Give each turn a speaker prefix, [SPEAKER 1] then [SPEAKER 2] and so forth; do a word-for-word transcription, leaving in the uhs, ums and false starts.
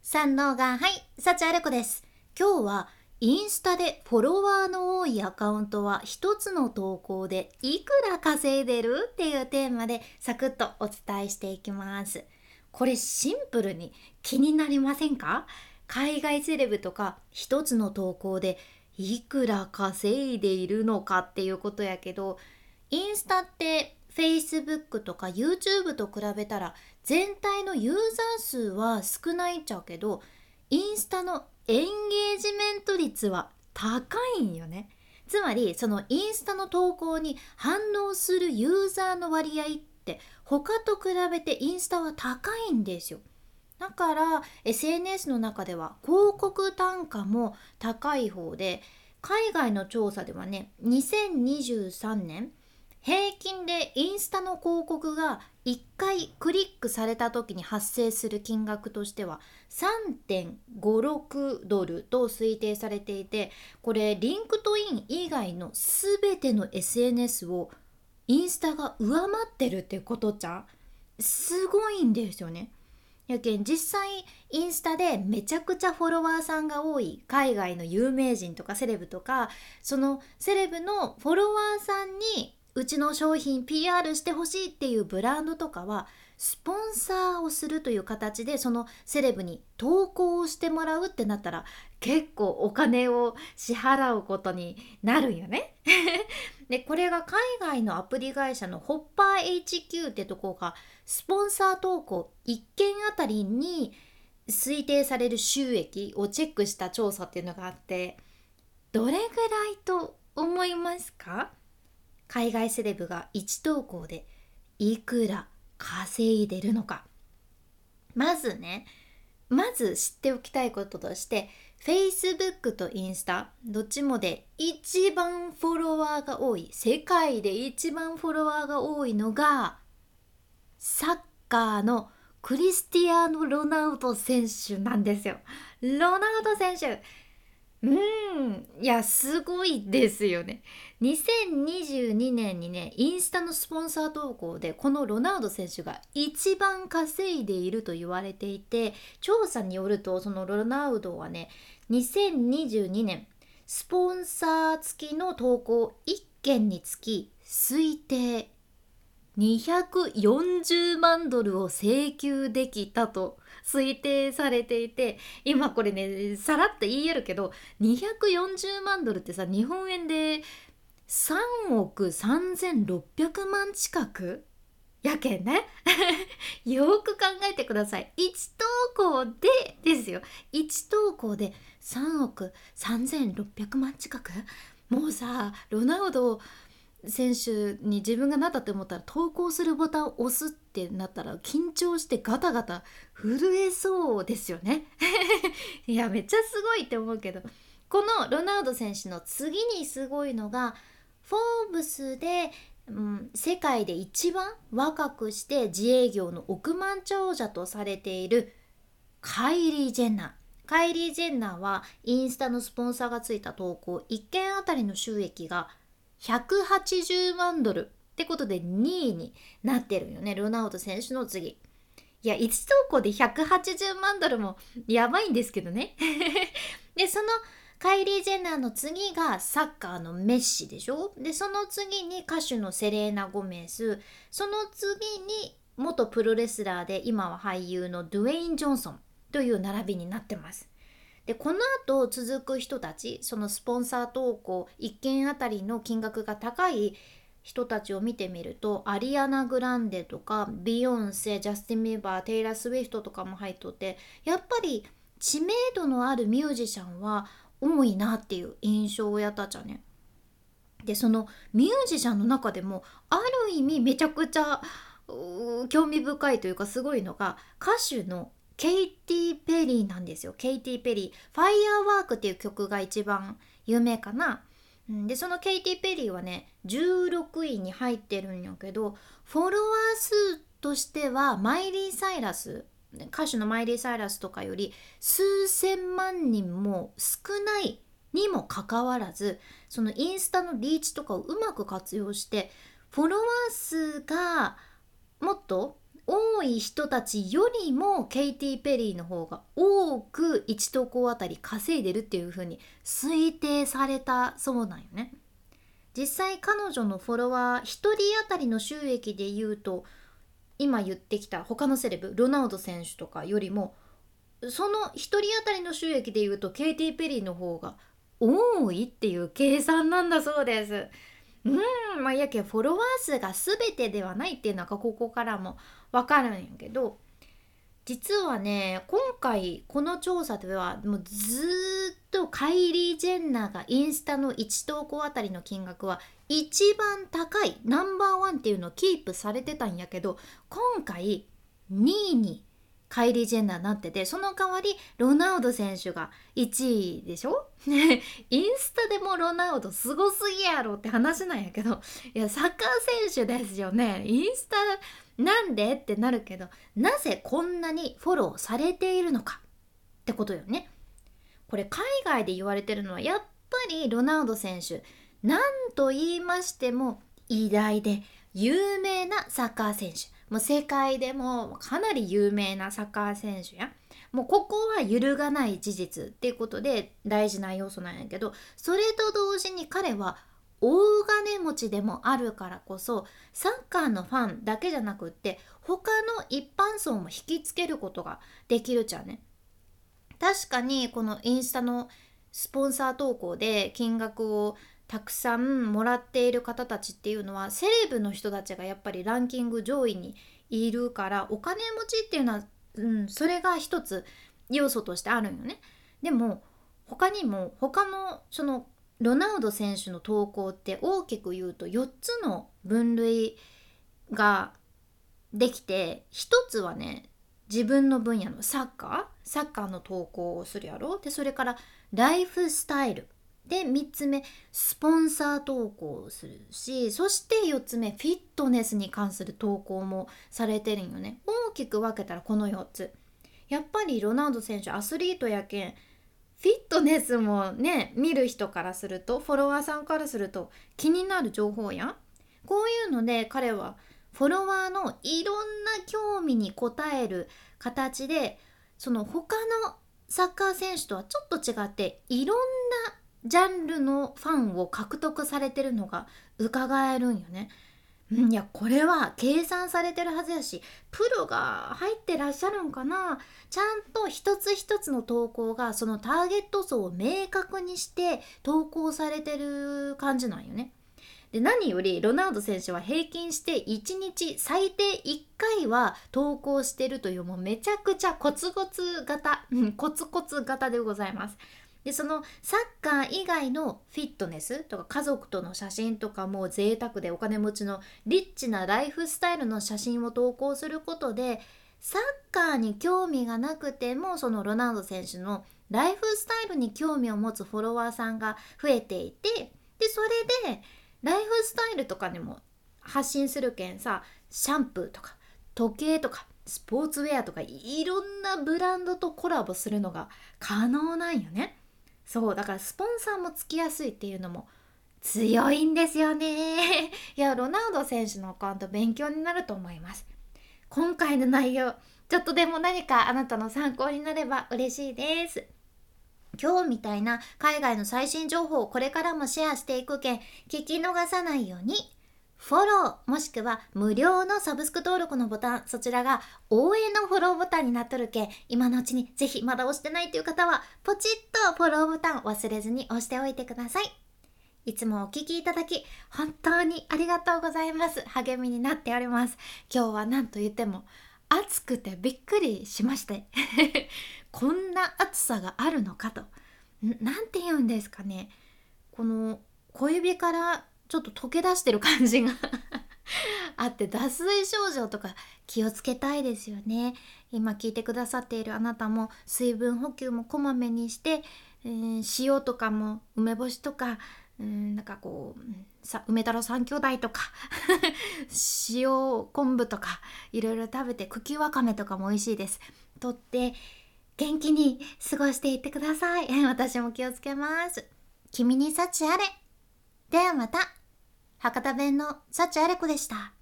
[SPEAKER 1] 三能がはい、幸あれ子です。今日はインスタでフォロワーの多いアカウントは一つの投稿でいくら稼いでるっていうテーマでサクッとお伝えしていきます。これシンプルに気になりませんか？海外セレブとか一つの投稿でいくら稼いでいるのかっていうことやけど、インスタって Facebook とか YouTube と比べたら全体のユーザー数は少ないっちゃうけど、インスタのエンゲージメント率は高いんよね。つまりそのインスタの投稿に反応するユーザーの割合って他と比べてインスタは高いんですよ。だから エスエヌエス の中では広告単価も高い方で、海外の調査ではね、にせんにじゅうさんねん平均でインスタの広告がいっかいクリックされた時に発生する金額としては さんてんごろく ドルと推定されていて、これリンクトイン以外の全ての エスエヌエス をインスタが上回ってるってことじゃすごいんですよね。やけん実際インスタでめちゃくちゃフォロワーさんが多い海外の有名人とかセレブとか、そのセレブのフォロワーさんにうちの商品 ピーアール してほしいっていうブランドとかはスポンサーをするという形でそのセレブに投稿をしてもらうってなったら結構お金を支払うことになるよね。でこれが海外のアプリ会社のホッパー エイチキュー ってとこがスポンサー投稿いっけんあたりに推定される収益をチェックした調査っていうのがあって、どれぐらいと思いますか？海外セレブがいち投稿でいくら稼いでるのか。まずね、まず知っておきたいこととして Facebook とインスタどっちもで一番フォロワーが多い、世界で一番フォロワーが多いのがサッカーのクリスティアーノ・ロナウド選手なんですよ。ロナウド選手、うーん、いや、すごいですよね。にせんにじゅうにねんにね、インスタのスポンサー投稿で、このロナウド選手が一番稼いでいると言われていて、調査によると、そのロナウドはね、にせんにじゅうにねん、スポンサー付きの投稿いっけんにつき、推定にひゃくよんじゅうまんドルを請求できたと推定されていて、今これねさらっと言いえるけどにひゃくよんじゅうまんドルってさ、日本円でさんおくさんぜんろっぴゃくまん近くやけんね。よく考えてください。いち投稿でですよ。いち投稿でさんおくさんぜんろっぴゃくまん近く。もうさ、ロナウド選手に自分がなったって思ったら投稿するボタンを押すってなったら緊張してガタガタ震えそうですよね。いやめっちゃすごいって思うけど、このロナウド選手の次にすごいのがフォーブスで、うん、世界で一番若くして自営業の億万長者とされているカイリー・ジェンナー。カイリー・ジェンナーはインスタのスポンサーがついた投稿いっけんあたりの収益がひゃくはちじゅうまんドルってことでにいになってるよね、ロナウド選手の次。いやいち投稿でひゃくはちじゅうまんドルもやばいんですけどね。でそのカイリー・ジェナーの次がサッカーのメッシでしょ。でその次に歌手のセレーナ・ゴメス、その次に元プロレスラーで今は俳優のドゥエイン・ジョンソンという並びになってます。でこの後続く人たち、そのスポンサー投稿いっけんあたりの金額が高い人たちを見てみると、アリアナ・グランデとかビヨンセ、ジャスティン・ビーバー、テイラー・スウィフトとかも入っとって、やっぱり知名度のあるミュージシャンは多いなっていう印象をやったじゃね。でそのミュージシャンの中でもある意味めちゃくちゃ興味深いというかすごいのが歌手のケイティ・ペリーなんですよ。ケイティ・ペリー、ファイアーワークっていう曲が一番有名かな。でそのケイティ・ペリーはねじゅうろくいに入ってるんやけど、フォロワー数としてはマイリー・サイラス、歌手のマイリー・サイラスとかより数千万人も少ないにもかかわらず、そのインスタのリーチとかをうまく活用してフォロワー数がもっと多い人たちよりもケイティ・ペリーの方が多くいち投稿あたり稼いでるっていう風に推定されたそうなんよね。実際彼女のフォロワーひとり当たりの収益で言うと、今言ってきた他のセレブロナウド選手とかよりも、そのひとり当たりの収益で言うとケイティ・ペリーの方が多いっていう計算なんだそうです。うん、まあやけフォロワー数が全てではないっていうのはここからも分かるんやけど、実はね今回この調査ではもうずーっとカイリー・ジェンナーがインスタのいち投稿あたりの金額は一番高いナンバーワンっていうのをキープされてたんやけど、今回にいにカイリー・ジェンナーになってて、その代わりロナウド選手がいちいでしょね、インスタでもロナウドすごすぎやろって話なんやけど、いやサッカー選手ですよね、インスタなんでってなるけど、なぜこんなにフォローされているのかってことよね。これ海外で言われてるのはやっぱりロナウド選手、なんと言いましても偉大で有名なサッカー選手、もう世界でもかなり有名なサッカー選手や、もうここは揺るがない事実っていうことで大事な要素なんやけど、それと同時に彼は大金持ちでもあるからこそ、サッカーのファンだけじゃなくって他の一般層も引きつけることができるじゃんね。確かにこのインスタのスポンサー投稿で金額をたくさんもらっている方たちっていうのはセレブの人たちがやっぱりランキング上位にいるから、お金持ちっていうのは、うん、それが一つ要素としてあるんよね。でも他にも他のそのロナウド選手の投稿って大きく言うとよっつの分類ができて、ひとつはね自分の分野のサッカーサッカーの投稿をするやろ。でそれからライフスタイルで、みっつめスポンサー投稿をするし、そしてよっつめフィットネスに関する投稿もされてるんよね。大きく分けたらこのよっつ。やっぱりロナウド選手アスリートやけん、フィットネスもね見る人からすると、フォロワーさんからすると気になる情報やん。こういうので彼はフォロワーのいろんな興味に応える形で、その他のサッカー選手とはちょっと違っていろんなジャンルのファンを獲得されてるのが伺えるんよね。うん、いやこれは計算されてるはずやし、プロが入ってらっしゃるんかな。ちゃんと一つ一つの投稿がそのターゲット層を明確にして投稿されてる感じなんよね。で何よりロナウド選手は平均していちにち最低いっかいは投稿してるという、もうめちゃくちゃコツコツ型、うん、コツコツ型でございます。でそのサッカー以外のフィットネスとか家族との写真とか、もう贅沢でお金持ちのリッチなライフスタイルの写真を投稿することで、サッカーに興味がなくてもそのロナウド選手のライフスタイルに興味を持つフォロワーさんが増えていて、でそれでライフスタイルとかにも発信するけんさ、シャンプーとか時計とかスポーツウェアとかいろんなブランドとコラボするのが可能なんよね。そうだからスポンサーもつきやすいっていうのも強いんですよね。いやロナウド選手のアカウント勉強になると思います。今回の内容ちょっとでも何かあなたの参考になれば嬉しいです。今日みたいな海外の最新情報をこれからもシェアしていくけん、聞き逃さないようにフォローもしくは無料のサブスク登録のボタン、そちらが応援のフォローボタンになっとるけん、今のうちにぜひまだ押してないという方はポチッとフォローボタン忘れずに押しておいてください。いつもお聞きいただき本当にありがとうございます。励みになっております。今日は何と言っても暑くてびっくりしましてこんな暑さがあるのかと、なんて言うんですかね、この小指からちょっと溶け出してる感じがあって、脱水症状とか気をつけたいですよね。今聞いてくださっているあなたも水分補給もこまめにして、えー、塩とかも梅干しとか、うん、なんかこうさ梅太郎三兄弟とか塩昆布とかいろいろ食べて、茎わかめとかも美味しいです。とって元気に過ごしていってください。私も気をつけます。君に幸あれ。ではまた。博多弁の幸あれ子でした。